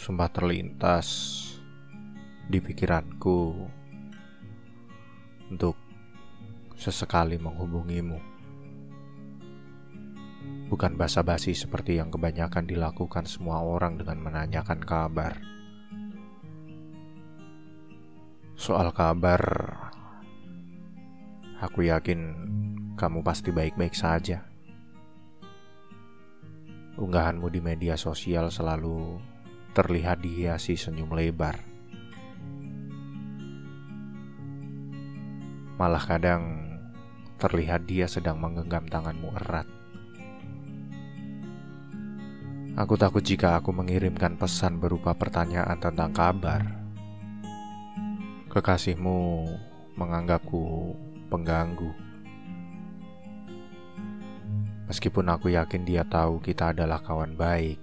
sempat terlintas di pikiranku untuk sesekali menghubungimu. Bukan basa-basi seperti yang kebanyakan dilakukan semua orang dengan menanyakan kabar. Soal kabar, aku yakin kamu pasti baik-baik saja. Unggahanmu di media sosial selalu terlihat dihiasi senyum lebar. Malah kadang terlihat dia sedang menggenggam tanganmu erat. Aku takut jika aku mengirimkan pesan berupa pertanyaan tentang kabar, kekasihmu menganggapku pengganggu. Meskipun aku yakin dia tahu kita adalah kawan baik,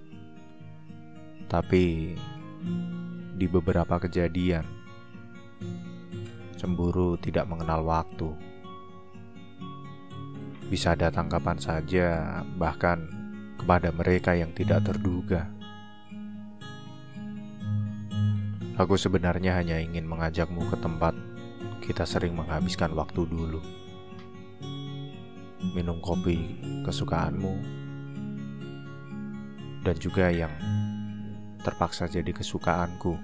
tapi di beberapa kejadian, cemburu tidak mengenal waktu. Bisa datang kapan saja, bahkan kepada mereka yang tidak terduga. Aku sebenarnya hanya ingin mengajakmu ke tempat kita sering menghabiskan waktu dulu. Minum kopi kesukaanmu, dan juga yang terpaksa jadi kesukaanku.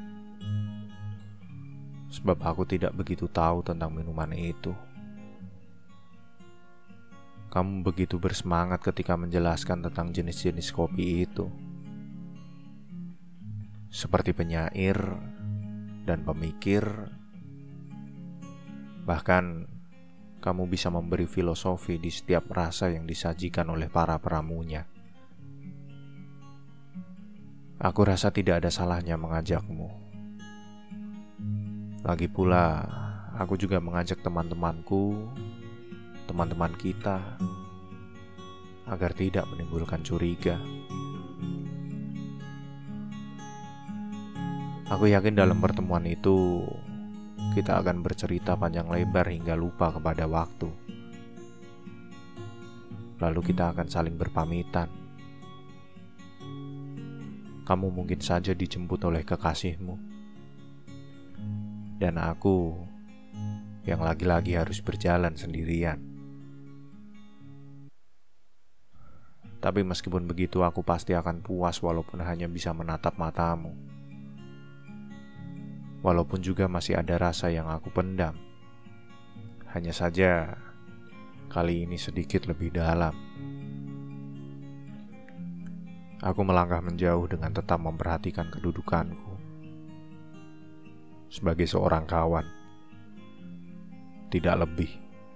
Sebab aku tidak begitu tahu tentang minuman itu. Kamu begitu bersemangat ketika menjelaskan tentang jenis-jenis kopi itu, seperti penyair dan pemikir. Bahkan kamu bisa memberi filosofi di setiap rasa yang disajikan oleh para peramunya. Aku rasa tidak ada salahnya mengajakmu. Lagi pula, aku juga mengajak teman-temanku, teman-teman kita, agar tidak menimbulkan curiga. Aku yakin dalam pertemuan itu kita akan bercerita panjang lebar hingga lupa kepada waktu. Lalu kita akan saling berpamitan. Kamu mungkin saja dijemput oleh kekasihmu, dan aku yang lagi-lagi harus berjalan sendirian. Tapi meskipun begitu, aku pasti akan puas walaupun hanya bisa menatap matamu. Walaupun juga masih ada rasa yang aku pendam. Hanya saja kali ini sedikit lebih dalam. Aku melangkah menjauh dengan tetap memperhatikan kedudukanku sebagai seorang kawan, tidak lebih.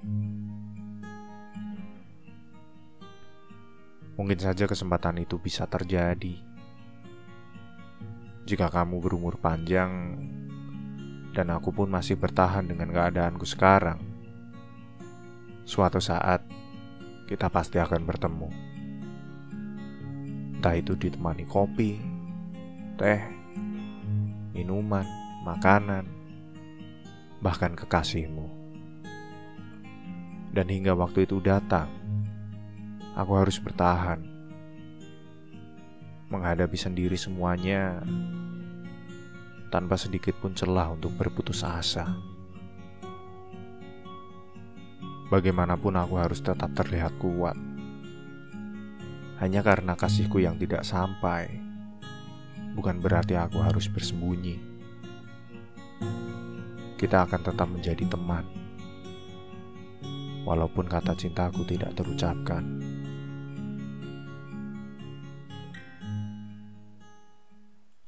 Mungkin saja kesempatan itu bisa terjadi jika kamu berumur panjang dan aku pun masih bertahan dengan keadaanku sekarang. Suatu saat kita pasti akan bertemu. Entah itu ditemani kopi, teh, minuman, makanan, bahkan kekasihmu. Dan hingga waktu itu datang, aku harus bertahan, menghadapi sendiri semuanya tanpa sedikit pun celah untuk berputus asa. Bagaimanapun aku harus tetap terlihat kuat. Hanya karena kasihku yang tidak sampai, bukan berarti aku harus bersembunyi. Kita akan tetap menjadi teman, walaupun kata cintaku tidak terucapkan.